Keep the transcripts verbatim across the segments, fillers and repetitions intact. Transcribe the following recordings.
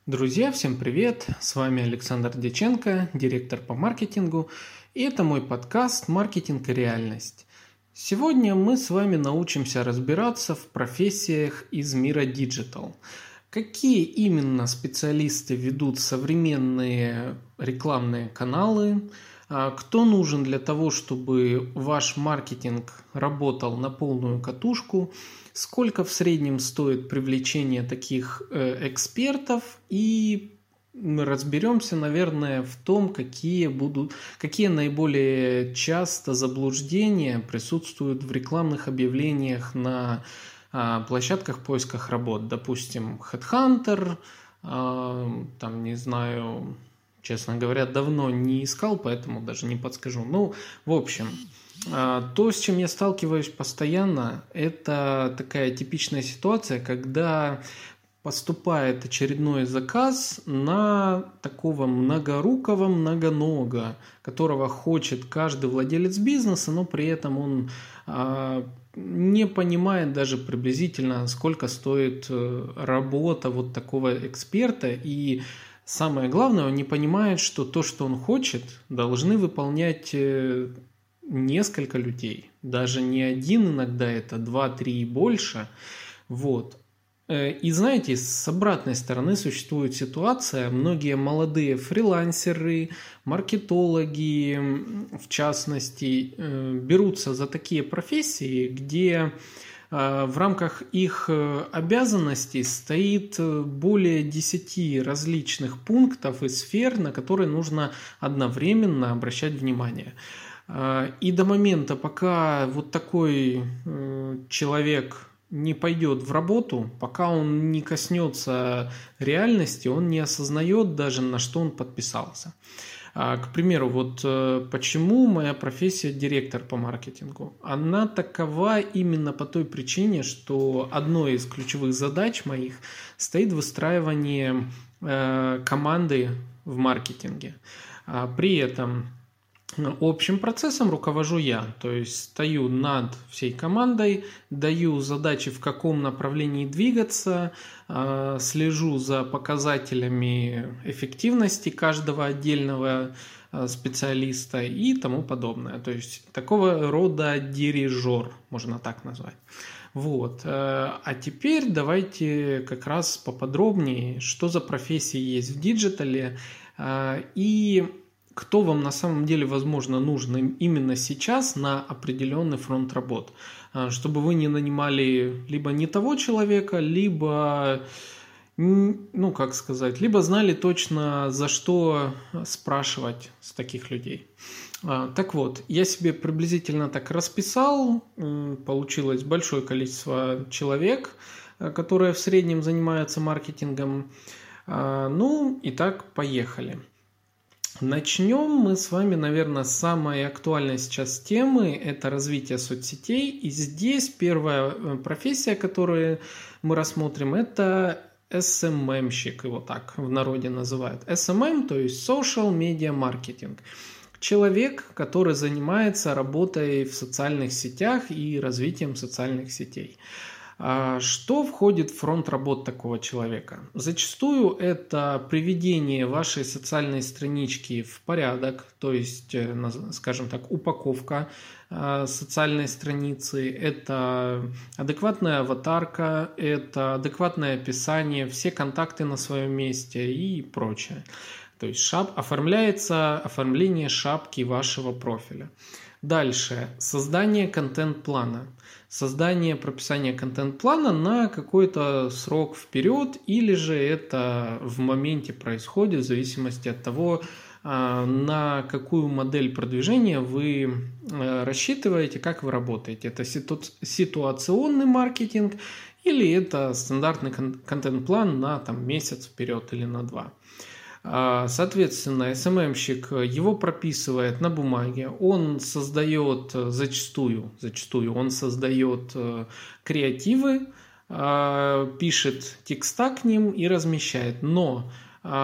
Друзья, всем привет! С вами Александр Дьяченко, директор по маркетингу, и это мой подкаст «Маркетинг и реальность». Сегодня мы с вами научимся разбираться в профессиях из мира диджитал. Какие именно специалисты ведут современные рекламные каналы, кто нужен для того, чтобы ваш маркетинг работал на полную катушку, сколько в среднем стоит привлечение таких э, экспертов, и мы разберемся, наверное, в том, какие будут, какие наиболее часто заблуждения присутствуют в рекламных объявлениях на э, площадках поисках работ, допустим, HeadHunter, э, там, не знаю, честно говоря, давно не искал, поэтому даже не подскажу. Ну, в общем, то, с чем я сталкиваюсь постоянно, это такая типичная ситуация, когда поступает очередной заказ на такого многорукого многонога, которого хочет каждый владелец бизнеса, но при этом он а, не понимает даже приблизительно, сколько стоит работа вот такого эксперта, и самое главное, он не понимает, что то, что он хочет, должны выполнять несколько людей, даже не один, иногда это два, три и больше. Вот. И знаете, с обратной стороны существует ситуация, многие молодые фрилансеры, маркетологи, в частности, берутся за такие профессии, где в рамках их обязанностей стоит более десяти различных пунктов и сфер, на которые нужно одновременно обращать внимание. И до момента, пока вот такой человек не пойдет в работу, пока он не коснется реальности, он не осознает даже, на что он подписался. К примеру, вот почему моя профессия директор по маркетингу? Она такова именно по той причине, что одной из ключевых задач моих стоит выстраивание команды в маркетинге. При этом общим процессом руковожу я, то есть стою над всей командой, даю задачи, в каком направлении двигаться, слежу за показателями эффективности каждого отдельного специалиста и тому подобное. То есть такого рода дирижер, можно так назвать. Вот. А теперь давайте как раз поподробнее, что за профессии есть в диджитале и кто вам на самом деле, возможно, нужен именно сейчас на определенный фронт работ, чтобы вы не нанимали либо не того человека, либо, ну, как сказать, либо знали точно, за что спрашивать с таких людей. Так вот, я себе приблизительно так расписал, получилось большое количество человек, которые в среднем занимаются маркетингом. Ну, итак, поехали. Начнем мы с вами, наверное, с самой актуальной сейчас темы, это развитие соцсетей. И здесь первая профессия, которую мы рассмотрим, это эс эм эм-щик, его так в народе называют. эс эм эм, то есть Social Media Marketing. Человек, который занимается работой в социальных сетях и развитием социальных сетей. Что входит в фронт работ такого человека? Зачастую это приведение вашей социальной странички в порядок, то есть, скажем так, упаковка социальной страницы, это адекватная аватарка, это адекватное описание, все контакты на своем месте и прочее. То есть шап... оформляется оформление шапки вашего профиля. Дальше. Создание контент-плана. Создание, прописание контент-плана на какой-то срок вперед, или же это в моменте происходит, в зависимости от того, на какую модель продвижения вы рассчитываете, как вы работаете. Это ситуационный маркетинг или это стандартный контент-план на там, месяц вперед или на два. Соответственно, эс эм эм-щик его прописывает на бумаге, он создает зачастую, зачастую он создает креативы, пишет текста к ним и размещает. Но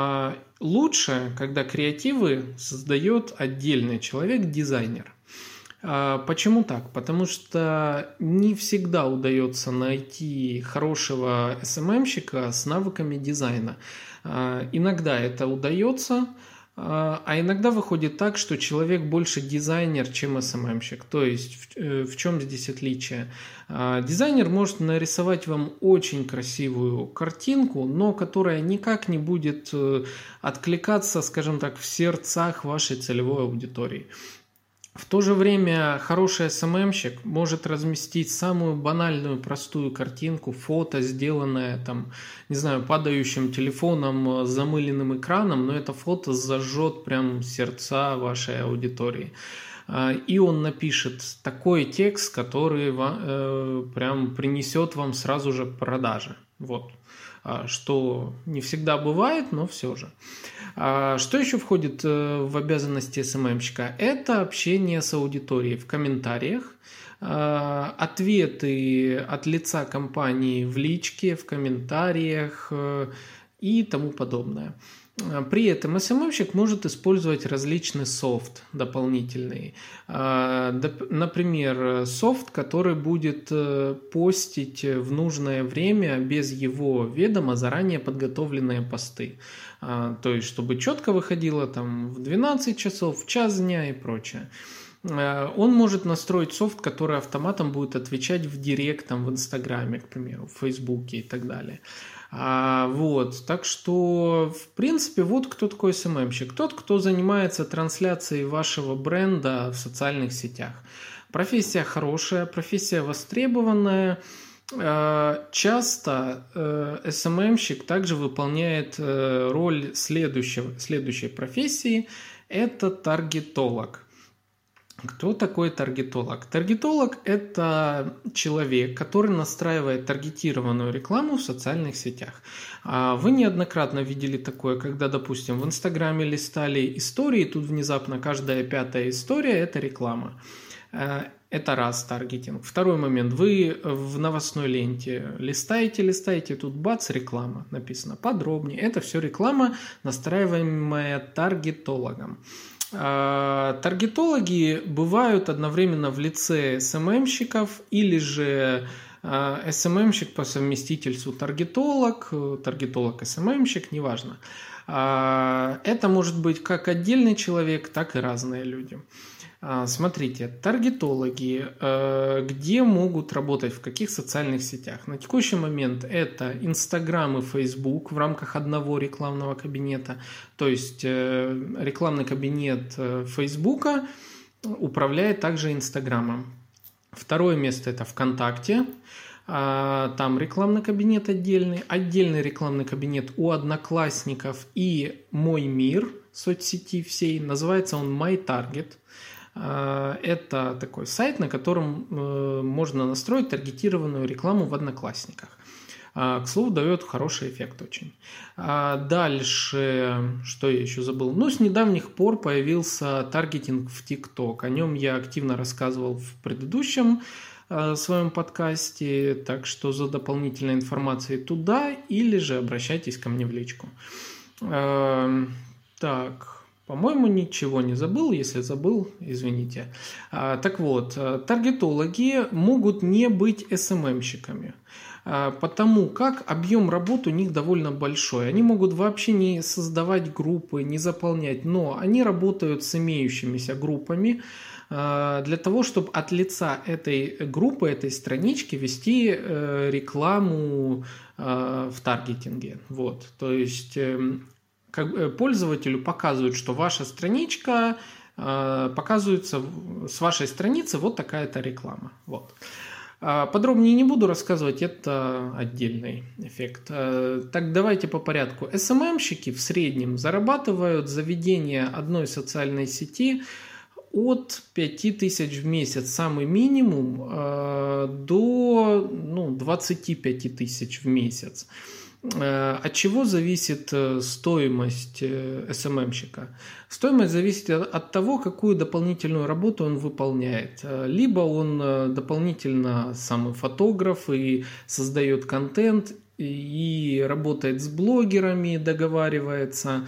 лучше, когда креативы создает отдельный человек, дизайнер. Почему так? Потому что не всегда удается найти хорошего эс эм эм-щика с навыками дизайна. Иногда это удается, а иногда выходит так, что человек больше дизайнер, чем эс эм эм-щик. То есть в, в чем здесь отличие? Дизайнер может нарисовать вам очень красивую картинку, но которая никак не будет откликаться, скажем так, в сердцах вашей целевой аудитории. В то же время хороший эс эм эм-щик может разместить самую банальную, простую картинку, фото, сделанное там, не знаю, падающим телефоном с замыленным экраном, но это фото зажжет прям сердца вашей аудитории. И он напишет такой текст, который э, прям принесет вам сразу же продажи. Вот. Что не всегда бывает, но все же. Что еще входит в обязанности эс эм эм-щика? Это общение с аудиторией в комментариях, ответы от лица компании в личке, в комментариях и тому подобное. При этом эс эм эм-щик может использовать различный софт дополнительный. Например, софт, который будет постить в нужное время без его ведома заранее подготовленные посты. То есть, чтобы четко выходило там в двенадцать часов, в час дня и прочее. Он может настроить софт, который автоматом будет отвечать в директ, там, в Инстаграме, к примеру, в Фейсбуке и так далее. А, вот, так что, в принципе, вот кто такой эс эм эм-щик. Тот, кто занимается трансляцией вашего бренда в социальных сетях. Профессия хорошая, профессия востребованная. Часто эс эм эм-щик также выполняет роль следующего, следующей профессии. Это таргетолог. Кто такой таргетолог? Таргетолог – это человек, который настраивает таргетированную рекламу в социальных сетях. Вы неоднократно видели такое, когда, допустим, в Инстаграме листали истории, тут внезапно каждая пятая история – это реклама. Это раз, таргетинг. Второй момент. Вы в новостной ленте листаете, листаете, тут бац, реклама. Написано подробнее. Это все реклама, настраиваемая таргетологом. Таргетологи бывают одновременно в лице эс эм эм-щиков или же эс эм эм-щик по совместительству таргетолог, таргетолог эс эм эм-щик, неважно. Это может быть как отдельный человек, так и разные люди. Смотрите, таргетологи где могут работать, в каких социальных сетях? На текущий момент это Инстаграм и Фейсбук в рамках одного рекламного кабинета. То есть рекламный кабинет Фейсбука управляет также Инстаграмом. Второе место это ВКонтакте. Там рекламный кабинет отдельный. Отдельный рекламный кабинет у Одноклассников и Мой Мир соцсети всей. Называется он MyTarget. Это такой сайт, на котором можно настроить таргетированную рекламу в Одноклассниках. К слову, дает хороший эффект очень. Дальше, что я еще забыл? Ну, с недавних пор появился таргетинг в ТикТок. О нем я активно рассказывал в предыдущем своем подкасте, так что за дополнительной информацией туда или же обращайтесь ко мне в личку. Так... По-моему, ничего не забыл. Если забыл, извините. А, так вот, таргетологи могут не быть эс эм эм-щиками, а, потому как объем работы у них довольно большой. Они могут вообще не создавать группы, не заполнять, но они работают с имеющимися группами а, для того, чтобы от лица этой группы, этой странички вести э, рекламу э, в таргетинге. Вот, то есть... Э, Как пользователю показывают, что ваша страничка э, показывается с вашей страницы вот такая-то реклама. Вот. Подробнее не буду рассказывать, это отдельный эффект. Э, так давайте по порядку. эс эм эм-щики в среднем зарабатывают за ведение одной социальной сети от пяти тысяч в месяц, самый минимум, э, до ну, двадцати пяти тысяч в месяц. От чего зависит стоимость эс эм эм-щика? Стоимость зависит от того, какую дополнительную работу он выполняет. Либо он дополнительно сам фотограф и создает контент, и работает с блогерами, договаривается,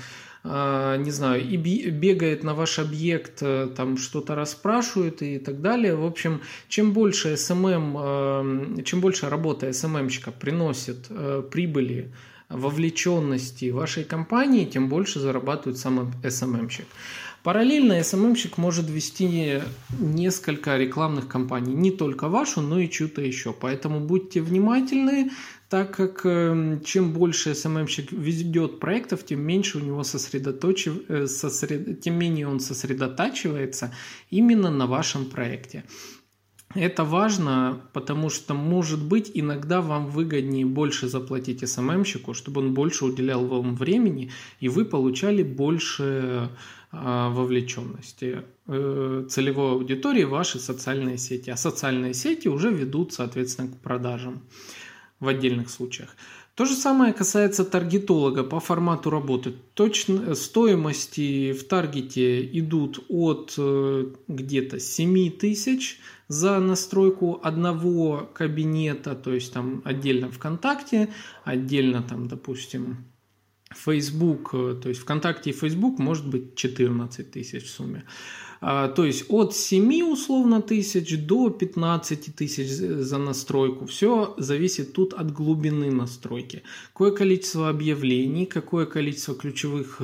не знаю, и бегает на ваш объект, там что-то расспрашивает и так далее. В общем, чем больше эс эм эм, чем больше работа эс эм эм-щика приносит прибыли, вовлеченности вашей компании, тем больше зарабатывает сам эс эм эм-щик. Параллельно эс эм эм-щик может вести несколько рекламных кампаний, не только вашу, но и чью-то еще. Поэтому будьте внимательны, так как чем больше эс эм эм-щик ведет проектов, тем меньше у него сосредоточив... сосред... тем менее он сосредотачивается именно на вашем проекте. Это важно, потому что, может быть, иногда вам выгоднее больше заплатить эс эм эм-щику, чтобы он больше уделял вам времени, и вы получали больше э, вовлеченности э, целевой аудитории в ваши социальные сети. А социальные сети уже ведут, соответственно, к продажам в отдельных случаях. То же самое касается таргетолога по формату работы. Точно стоимости в таргете идут от э, где-то семь тысяч за настройку одного кабинета, то есть там отдельно ВКонтакте, отдельно там, допустим, Facebook, то есть ВКонтакте и Facebook может быть четырнадцать тысяч в сумме. То есть от семи условно тысяч до пятнадцати тысяч за настройку. Все зависит тут от глубины настройки. Какое количество объявлений, какое количество ключевых,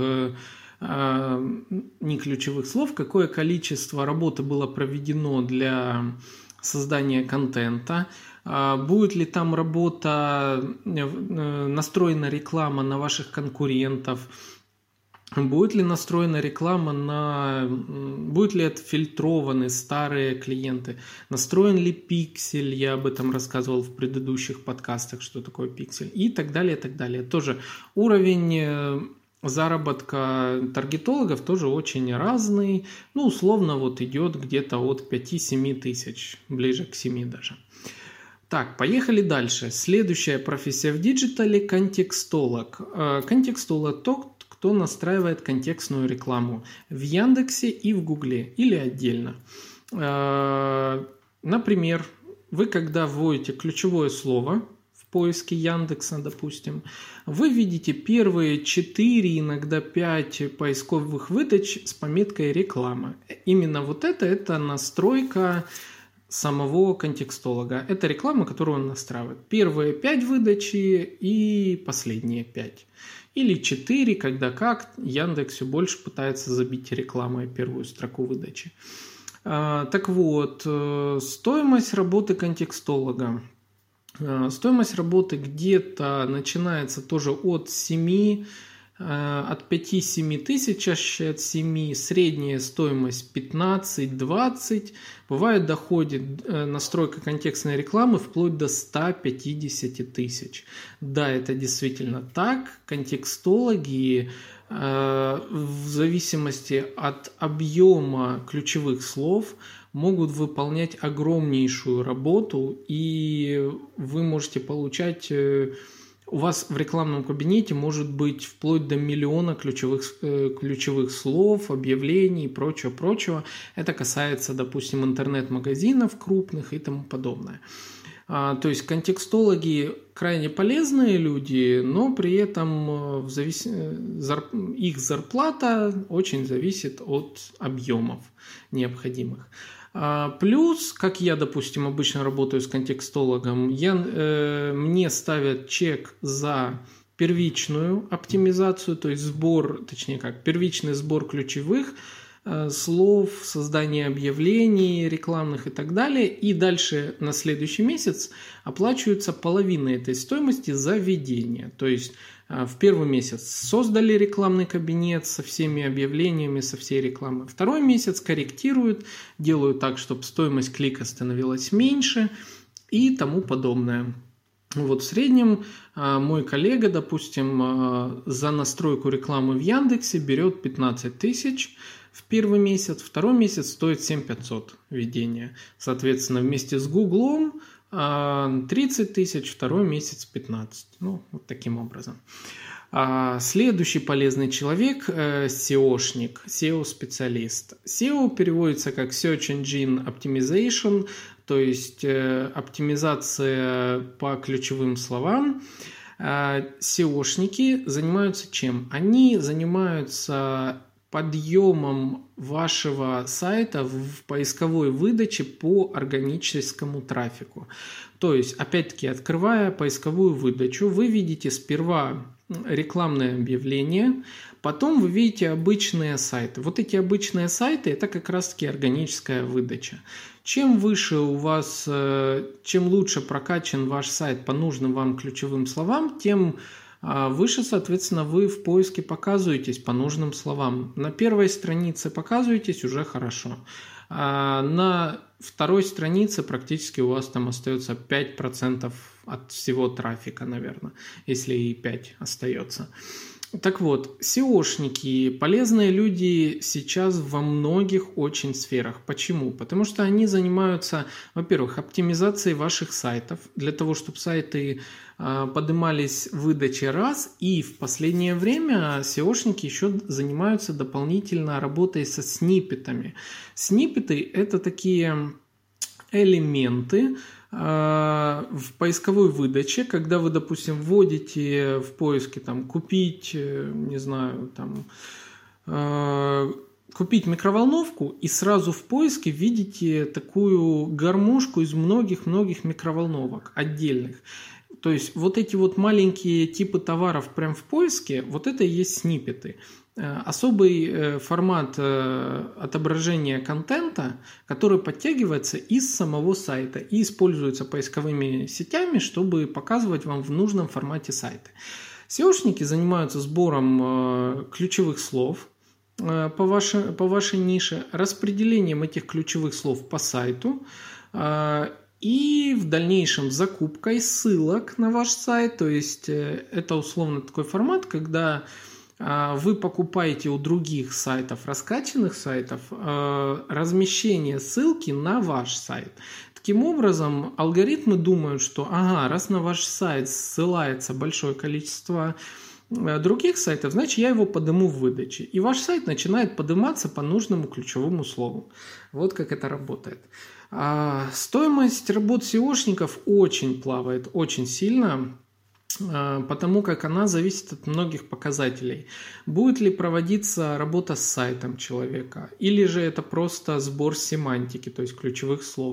не ключевых слов, какое количество работы было проведено для создания контента. Будет ли там работа, настроена реклама на ваших конкурентов, будет ли настроена реклама на... Будут ли отфильтрованы старые клиенты? Настроен ли пиксель? Я об этом рассказывал в предыдущих подкастах, что такое пиксель. И так далее, и так далее. Тоже уровень заработка таргетологов тоже очень разный. Ну, условно, вот идет где-то от пяти-семи тысяч, ближе к семи даже. Так, поехали дальше. Следующая профессия в диджитале – контекстолог. Контекстолог – тот, кто настраивает контекстную рекламу в Яндексе и в Гугле или отдельно. Например, вы когда вводите ключевое слово в поиске Яндекса, допустим, вы видите первые четыре, иногда пять поисковых выдач с пометкой «реклама». Именно вот это – это настройка самого контекстолога. Это реклама, которую он настраивает. Первые пять выдачи и последние пять. Или четыре, когда как Яндекс все больше пытается забить рекламой первую строку выдачи. Так вот, стоимость работы контекстолога. Стоимость работы где-то начинается тоже от семи, от пяти-семи тысяч, чаще от семи, средняя стоимость пятнадцать-двадцать, бывает доходит настройка контекстной рекламы вплоть до ста пятидесяти тысяч. Да, это действительно так, контекстологи в зависимости от объема ключевых слов могут выполнять огромнейшую работу, и вы можете получать... У вас в рекламном кабинете может быть вплоть до миллиона ключевых, э, ключевых слов, объявлений и прочего-прочего. Это касается, допустим, интернет-магазинов крупных и тому подобное. А, то есть контекстологи крайне полезные люди, но при этом в завис... зар... их зарплата очень зависит от объемов необходимых. Плюс, как я, допустим, обычно работаю с контекстологом, я, э, мне ставят чек за первичную оптимизацию, то есть сбор, точнее как, первичный сбор ключевых э, слов, создание объявлений рекламных и так далее. И дальше на следующий месяц оплачивается половина этой стоимости за ведение. То есть в первый месяц создали рекламный кабинет со всеми объявлениями, со всей рекламой. Второй месяц корректируют, делают так, чтобы стоимость клика становилась меньше и тому подобное. Вот в среднем мой коллега, допустим, за настройку рекламы в Яндексе берет пятнадцать тысяч в первый месяц, второй месяц стоит семь тысяч пятьсот ведение. Соответственно, вместе с Гуглом тридцать тысяч, второй месяц пятнадцать. Ну, вот таким образом. Следующий полезный человек – сеошник, сео-специалист. сео переводится как Search Engine Optimization, то есть оптимизация по ключевым словам. сеошники занимаются чем? Они занимаются подъемом вашего сайта в поисковой выдаче по органическому трафику. То есть, опять-таки, открывая поисковую выдачу, вы видите сперва рекламное объявление, потом вы видите обычные сайты. Вот эти обычные сайты – это как раз-таки органическая выдача. Чем выше у вас, чем лучше прокачан ваш сайт по нужным вам ключевым словам, тем выше, соответственно, вы в поиске показываетесь по нужным словам. На первой странице показываетесь уже хорошо. А на второй странице практически у вас там остается пять процентов от всего трафика, наверное, если и пять остается. Так вот, сеошники, полезные люди сейчас во многих очень сферах. Почему? Потому что они занимаются, во-первых, оптимизацией ваших сайтов, для того, чтобы сайты э, поднимались в выдаче раз, и в последнее время сеошники еще занимаются дополнительно работой со сниппетами. Сниппеты – это такие элементы в поисковой выдаче, когда вы, допустим, вводите в поиске там купить, не знаю, там э, купить микроволновку, и сразу в поиске видите такую гармошку из многих-многих микроволновок отдельных. То есть вот эти вот маленькие типы товаров прямо в поиске, вот это и есть сниппеты. Особый формат отображения контента, который подтягивается из самого сайта и используется поисковыми сетями, чтобы показывать вам в нужном формате сайты. сеошники занимаются сбором ключевых слов по вашей, по вашей нише, распределением этих ключевых слов по сайту и в дальнейшем закупкой ссылок на ваш сайт. То есть это условно такой формат, когда вы покупаете у других сайтов, раскачанных сайтов, размещение ссылки на ваш сайт. Таким образом, алгоритмы думают, что ага, раз на ваш сайт ссылается большое количество других сайтов, значит я его подниму в выдаче. И ваш сайт начинает подниматься по нужному ключевому слову. Вот как это работает. А стоимость работ сеошников очень плавает, очень сильно, потому как она зависит от многих показателей. Будет ли проводиться работа с сайтом человека, или же это просто сбор семантики, то есть ключевых слов.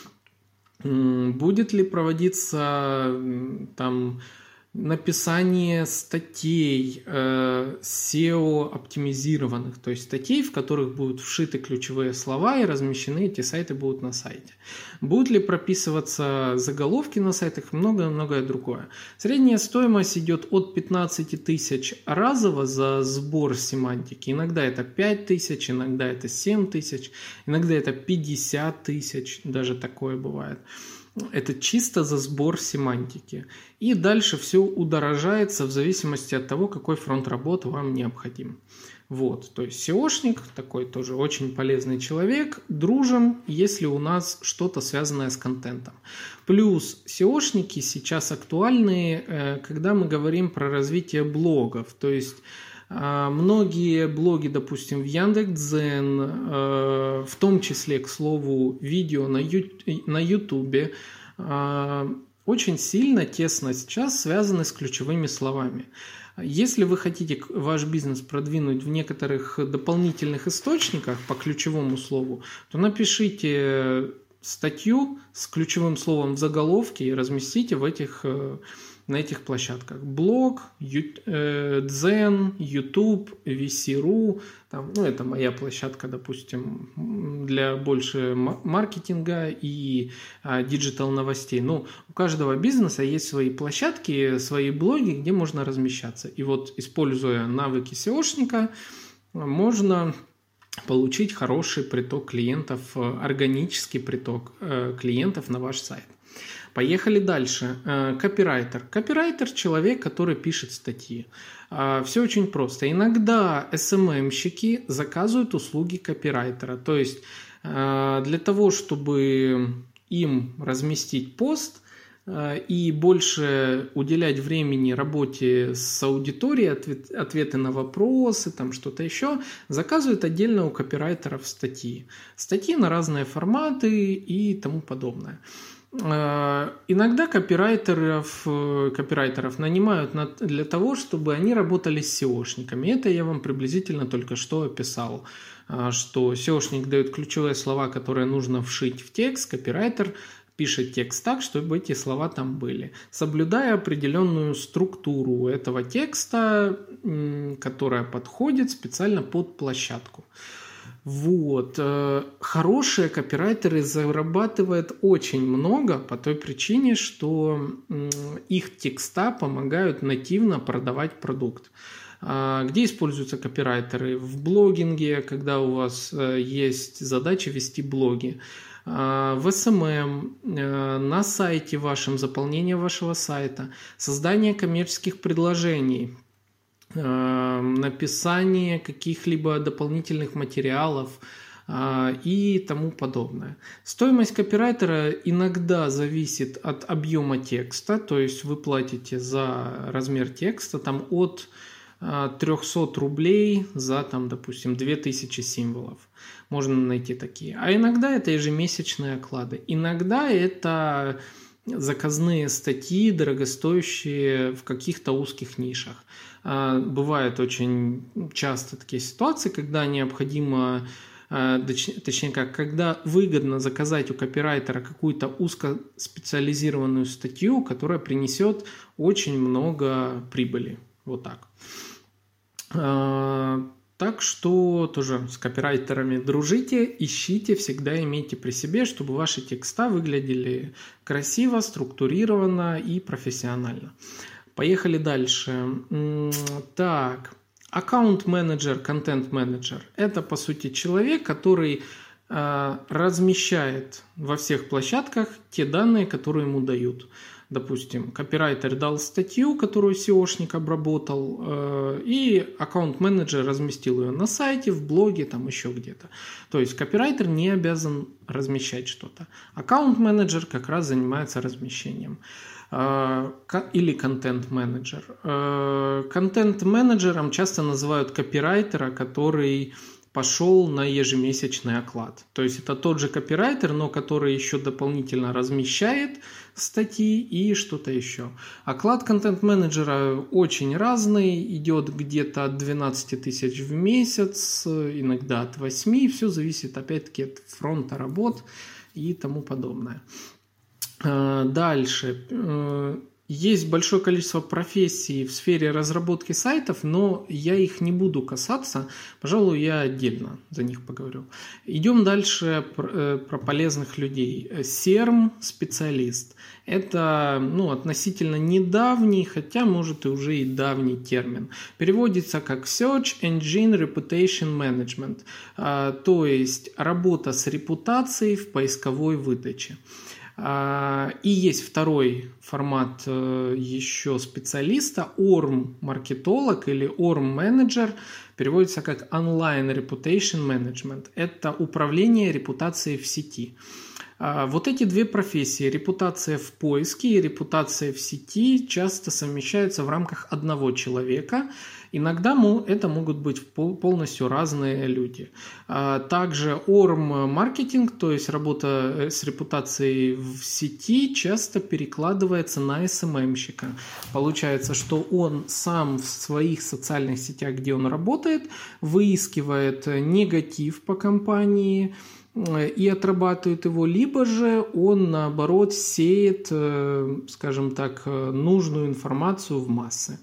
Будет ли проводиться там написание статей э, сео-оптимизированных, то есть статей, в которых будут вшиты ключевые слова и размещены эти сайты будут на сайте. Будут ли прописываться заголовки на сайтах и многое-многое другое. Средняя стоимость идет от пятнадцати тысяч разово за сбор семантики. Иногда это пять тысяч, иногда это семь тысяч, иногда это пятьдесят тысяч, даже такое бывает. Это чисто за сбор семантики. И дальше все удорожается в зависимости от того, какой фронт работы вам необходим. Вот, то есть сеошник, такой тоже очень полезный человек, дружим, если у нас что-то связанное с контентом. Плюс сеошники сейчас актуальны, когда мы говорим про развитие блогов. То есть многие блоги, допустим, в Яндекс.Дзен, в том числе, к слову, видео на Ютубе, очень сильно, тесно сейчас связаны с ключевыми словами. Если вы хотите ваш бизнес продвинуть в некоторых дополнительных источниках по ключевому слову, то напишите статью с ключевым словом в заголовке и разместите в этих на этих площадках. Блог, Дзен, YouTube, ви си точка ру. Там, ну, это моя площадка, допустим, для больше маркетинга и а, диджитал новостей. Ну, у каждого бизнеса есть свои площадки, свои блоги, где можно размещаться. И вот, используя навыки сеошника, можно получить хороший приток клиентов, органический приток клиентов на ваш сайт. Поехали дальше. Копирайтер. Копирайтер – человек, который пишет статьи. Все очень просто. Иногда эс эм эм-щики заказывают услуги копирайтера. То есть для того, чтобы им разместить пост и больше уделять времени работе с аудиторией, ответ, ответы на вопросы, там что-то еще, заказывают отдельно у копирайтеров статьи. Статьи на разные форматы и тому подобное. Иногда копирайтеров, копирайтеров нанимают для того, чтобы они работали с сеошниками. Это я вам приблизительно только что описал, что сеошник дает ключевые слова, которые нужно вшить в текст, копирайтер пишет текст так, чтобы эти слова там были, соблюдая определенную структуру этого текста, которая подходит специально под площадку. Вот. Хорошие копирайтеры зарабатывают очень много по той причине, что их текста помогают нативно продавать продукт. Где используются копирайтеры? В блогинге, когда у вас есть задача вести блоги. В эс эм эм, на сайте вашем, заполнение вашего сайта, создание коммерческих предложений, написание каких-либо дополнительных материалов и тому подобное. Стоимость копирайтера иногда зависит от объема текста, то есть вы платите за размер текста там, от триста рублей за, там, допустим, две тысячи символов. Можно найти такие. А иногда это ежемесячные оклады. Иногда это заказные статьи, дорогостоящие в каких-то узких нишах. Бывают очень часто такие ситуации, когда необходимо, точнее как, когда выгодно заказать у копирайтера какую-то узкоспециализированную статью, которая принесет очень много прибыли. Вот так. Так что тоже с копирайтерами дружите, ищите, всегда имейте при себе, чтобы ваши текста выглядели красиво, структурированно и профессионально. Поехали дальше. Так, аккаунт-менеджер, контент-менеджер – это, по сути, человек, который э, размещает во всех площадках те данные, которые ему дают. Допустим, копирайтер дал статью, которую сеошник обработал, э, и аккаунт-менеджер разместил ее на сайте, в блоге, там еще где-то. То есть копирайтер не обязан размещать что-то. Аккаунт-менеджер как раз занимается размещением. Э, или контент-менеджер. Э, контент-менеджером часто называют копирайтера, который пошел на ежемесячный оклад. То есть это тот же копирайтер, но который еще дополнительно размещает статьи и что-то еще. Оклад контент-менеджера очень разный, идет где-то от двенадцати тысяч в месяц, иногда от восьми, все зависит опять-таки от фронта работ и тому подобное. Дальше. Есть большое количество профессий в сфере разработки сайтов, но я их не буду касаться. Пожалуй, я отдельно за них поговорю. Идем дальше про, про полезных людей. серм-специалист. Это ну, относительно недавний, хотя может и уже и давний термин. Переводится как Search Engine Reputation Management. То есть работа с репутацией в поисковой выдаче. И есть второй формат еще специалиста, о эр эм-маркетолог или о эр эм-менеджер, переводится как Online Reputation Management. Это управление репутацией в сети. Вот эти две профессии, репутация в поиске и репутация в сети, часто совмещаются в рамках одного человека. Иногда это могут быть полностью разные люди. Также о эр эм-маркетинг, то есть работа с репутацией в сети, часто перекладывается на эс эм эм-щика. Получается, что он сам в своих социальных сетях, где он работает, выискивает негатив по компании и отрабатывает его, либо же он, наоборот, сеет, скажем так, нужную информацию в массы.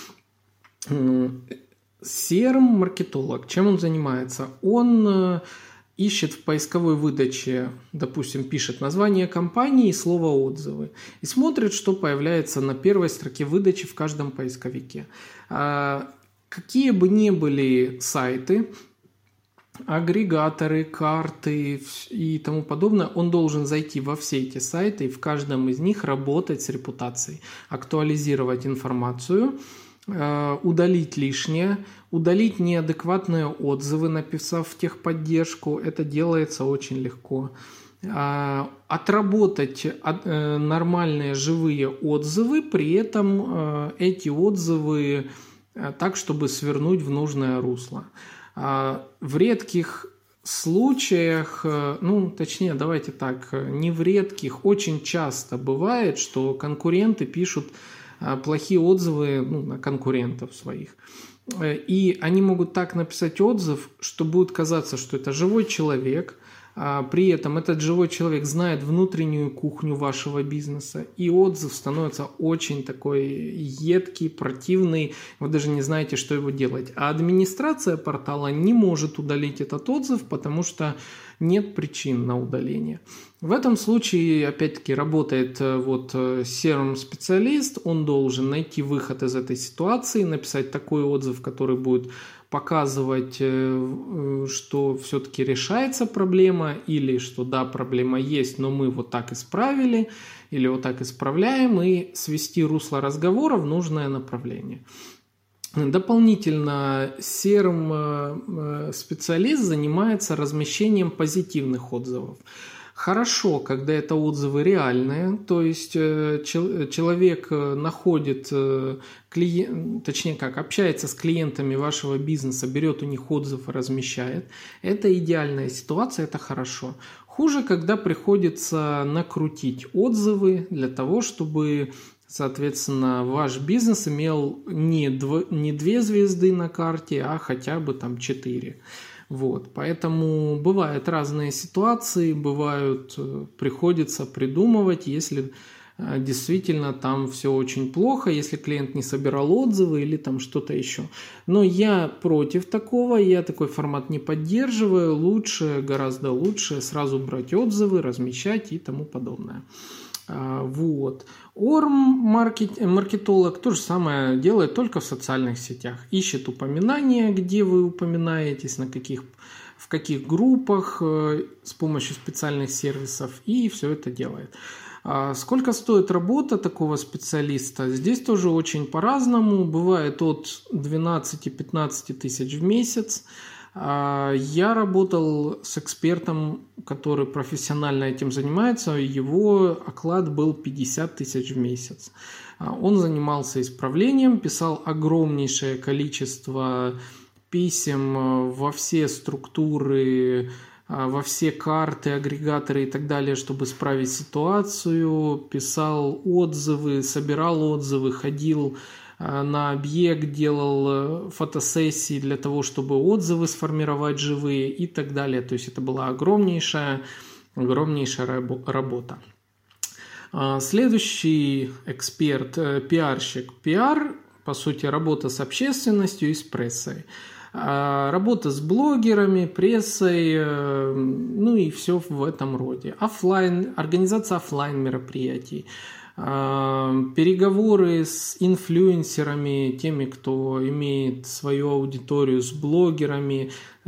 серм-маркетолог, чем он занимается? Он ищет в поисковой выдаче, допустим, пишет название компании и слово «отзывы» и смотрит, что появляется на первой строке выдачи в каждом поисковике. Какие бы ни были сайты, агрегаторы, карты и тому подобное, он должен зайти во все эти сайты и в каждом из них работать с репутацией, актуализировать информацию, удалить лишнее, удалить неадекватные отзывы, написав в техподдержку. Это делается очень легко. Отработать нормальные живые отзывы, при этом эти отзывы так, чтобы свернуть в нужное русло. В редких случаях, ну, точнее, давайте так, не в редких, очень часто бывает, что конкуренты пишут плохие отзывы, ну, на конкурентов своих. И они могут так написать отзыв, что будет казаться, что это живой человек, а при этом этот живой человек знает внутреннюю кухню вашего бизнеса, и отзыв становится очень такой едкий, противный, вы даже не знаете, что его делать. А администрация портала не может удалить этот отзыв, потому что нет причин на удаление. В этом случае, опять-таки, работает вот сервис-специалист, он должен найти выход из этой ситуации, написать такой отзыв, который будет показывать, что все-таки решается проблема, или что да, проблема есть, но мы вот так исправили, или вот так исправляем, и свести русло разговора в нужное направление. Дополнительно серм-специалист занимается размещением позитивных отзывов. Хорошо, когда это отзывы реальные, то есть человек находит, клиент, точнее как, общается с клиентами вашего бизнеса, берет у них отзыв и размещает. Это идеальная ситуация, это хорошо. Хуже, когда приходится накрутить отзывы для того, чтобы, соответственно, ваш бизнес имел не, дв- не две звезды на карте, а хотя бы там четыре. Вот, поэтому бывают разные ситуации, бывают, приходится придумывать, если действительно там все очень плохо, если клиент не собирал отзывы или там что-то еще. Но я против такого, я такой формат не поддерживаю, лучше, гораздо лучше сразу брать отзывы, размещать и тому подобное. Вот. Орм-маркетолог то же самое делает, только в социальных сетях. Ищет упоминания, где вы упоминаетесь, на каких, в каких группах с помощью специальных сервисов, и все это делает. Сколько стоит работа такого специалиста? Здесь тоже очень по-разному. Бывает от двенадцати-пятнадцати тысяч в месяц. Я работал с экспертом, который профессионально этим занимается. Его оклад был пятьдесят тысяч в месяц. Он занимался исправлением, писал огромнейшее количество писем во все структуры, во все карты, агрегаторы и так далее, чтобы исправить ситуацию. Писал отзывы, собирал отзывы, ходил на объект, делал фотосессии для того, чтобы отзывы сформировать живые и так далее. То есть это была огромнейшая, огромнейшая работа. Следующий эксперт – пиарщик. Пиар, по сути, работа с общественностью и с прессой. Работа с блогерами, прессой, ну и все в этом роде. Оффлайн, организация оффлайн мероприятий. Переговоры с инфлюенсерами, теми, кто имеет свою аудиторию, с блогерами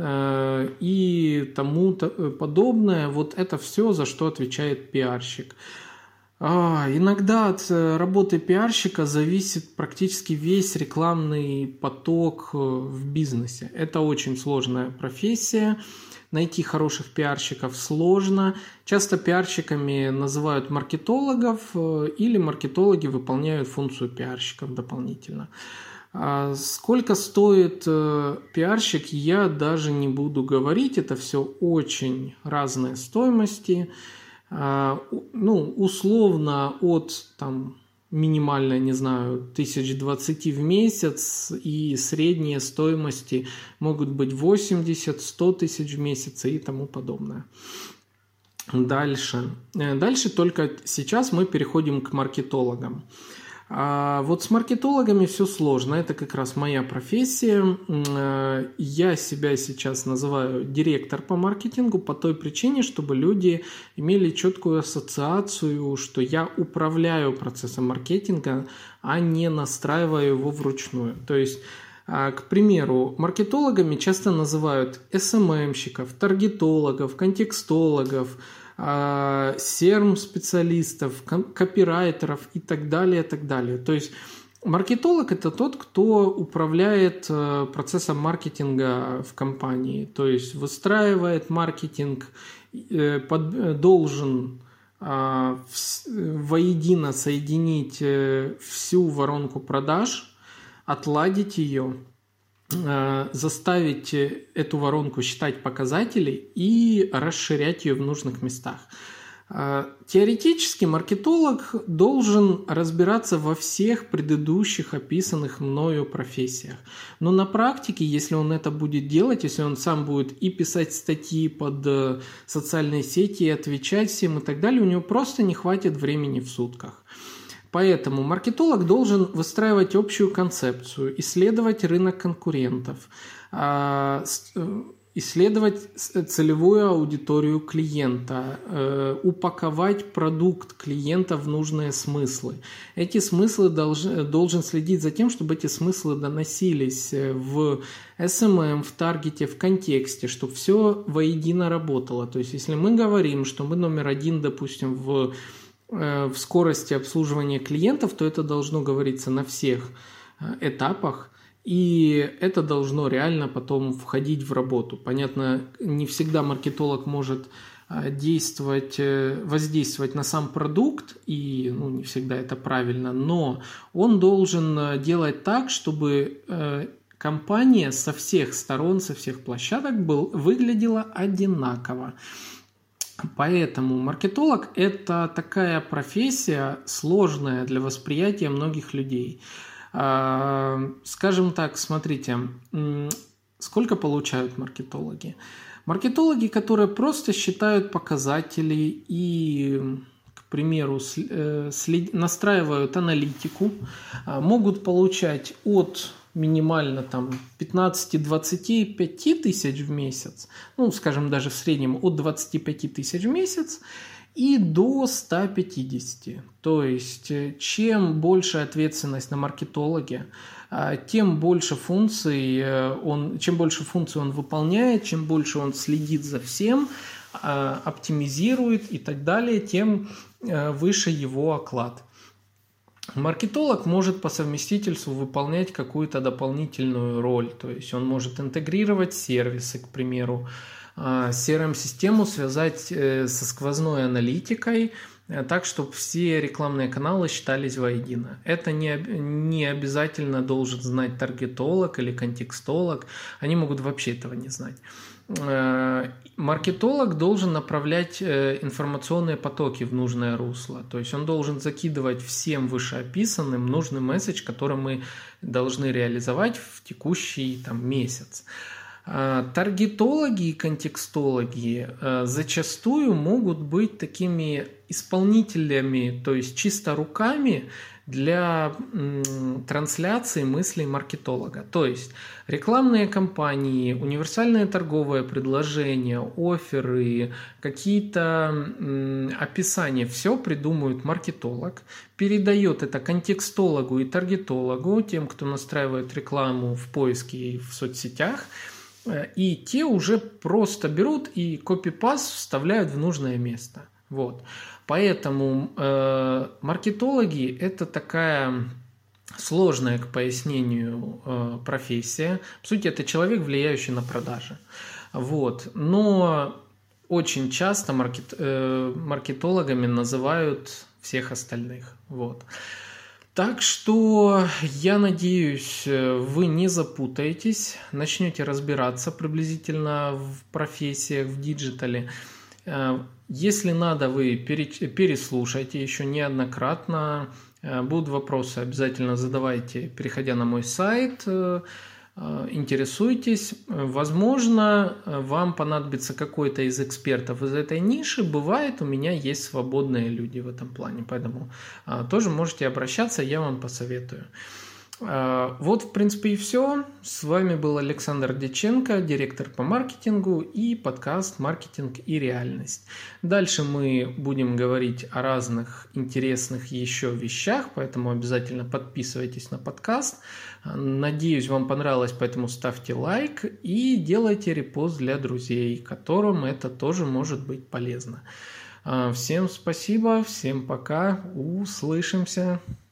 и тому подобное. Вот это все, за что отвечает пиарщик. Иногда от работы пиарщика зависит практически весь рекламный поток в бизнесе. Это очень сложная профессия. Найти хороших пиарщиков сложно. Часто пиарщиками называют маркетологов, или маркетологи выполняют функцию пиарщиков дополнительно. Сколько стоит пиарщик, я даже не буду говорить. Это все очень разные стоимости. Ну, условно от там, минимально, не знаю, тысяч двадцати в месяц, и средние стоимости могут быть восемьдесят-сто тысяч в месяц и тому подобное. Дальше. Дальше только сейчас мы переходим к маркетологам. А вот с маркетологами все сложно, это как раз моя профессия. Я себя сейчас называю директор по маркетингу по той причине, чтобы люди имели четкую ассоциацию, что я управляю процессом маркетинга, а не настраиваю его вручную. То есть, к примеру, маркетологами часто называют эс эм эм-щиков, таргетологов, контекстологов, серм-специалистов, копирайтеров и так далее, и так далее. То есть маркетолог – это тот, кто управляет процессом маркетинга в компании, то есть выстраивает маркетинг, должен воедино соединить всю воронку продаж, отладить ее, заставить эту воронку считать показатели и расширять ее в нужных местах. Теоретически маркетолог должен разбираться во всех предыдущих описанных мною профессиях. Но на практике, если он это будет делать, если он сам будет и писать статьи под социальные сети, и отвечать всем и так далее, у него просто не хватит времени в сутках. Поэтому маркетолог должен выстраивать общую концепцию, исследовать рынок конкурентов, исследовать целевую аудиторию клиента, упаковать продукт клиента в нужные смыслы. Эти смыслы должен, должен следить за тем, чтобы эти смыслы доносились в эс эм эм, в таргете, в контексте, чтобы все воедино работало. То есть, если мы говорим, что мы номер один, допустим, в в скорости обслуживания клиентов, то это должно говориться на всех этапах, и это должно реально потом входить в работу. Понятно, не всегда маркетолог может действовать, воздействовать на сам продукт, и ну, не всегда это правильно, но он должен делать так, чтобы компания со всех сторон, со всех площадок был, выглядела одинаково. Поэтому маркетолог – это такая профессия сложная для восприятия многих людей. Скажем так, смотрите, сколько получают маркетологи? Маркетологи, которые просто считают показатели и, к примеру, настраивают аналитику, могут получать от минимально там пятнадцать-двадцать пять тысяч в месяц, ну, скажем, даже в среднем от двадцати пяти тысяч в месяц и до ста пятидесяти. То есть, чем больше ответственность на маркетологе, тем больше функций он, чем больше функций он выполняет, чем больше он следит за всем, оптимизирует и так далее, тем выше его оклад. Маркетолог может по совместительству выполнять какую-то дополнительную роль, то есть он может интегрировать сервисы, к примеру, си ар эм-систему связать со сквозной аналитикой, так, чтобы все рекламные каналы считались воедино. Это не, не обязательно должен знать таргетолог или контекстолог, они могут вообще этого не знать. Маркетолог должен направлять информационные потоки в нужное русло. То есть он должен закидывать всем вышеописанным нужный месседж, который мы должны реализовать в текущий там, месяц. Таргетологи и контекстологи зачастую могут быть такими исполнителями, то есть чисто руками для трансляции мыслей маркетолога. То есть рекламные кампании, универсальные торговые предложения, офферы, какие-то описания, все придумывает маркетолог, передает это контекстологу и таргетологу, тем, кто настраивает рекламу в поиске и в соцсетях, и те уже просто берут и копипаст вставляют в нужное место. Вот. Поэтому э, маркетологи – это такая сложная к пояснению э, профессия. По сути, это человек, влияющий на продажи. Вот. Но очень часто маркет, э, маркетологами называют всех остальных. Вот. Так что я надеюсь, вы не запутаетесь, начнете разбираться приблизительно в профессиях, в диджитале. Если надо, вы переслушайте еще неоднократно. Будут вопросы, обязательно задавайте, переходя на мой сайт. Интересуйтесь. Возможно, вам понадобится какой-то из экспертов из этой ниши. Бывает, у меня есть свободные люди в этом плане, поэтому тоже можете обращаться, я вам посоветую. Вот, в принципе, и все. С вами был Александр Дьяченко, директор по маркетингу и подкаст «Маркетинг и реальность». Дальше мы будем говорить о разных интересных еще вещах, поэтому обязательно подписывайтесь на подкаст. Надеюсь, вам понравилось, поэтому ставьте лайк и делайте репост для друзей, которым это тоже может быть полезно. Всем спасибо, всем пока, услышимся.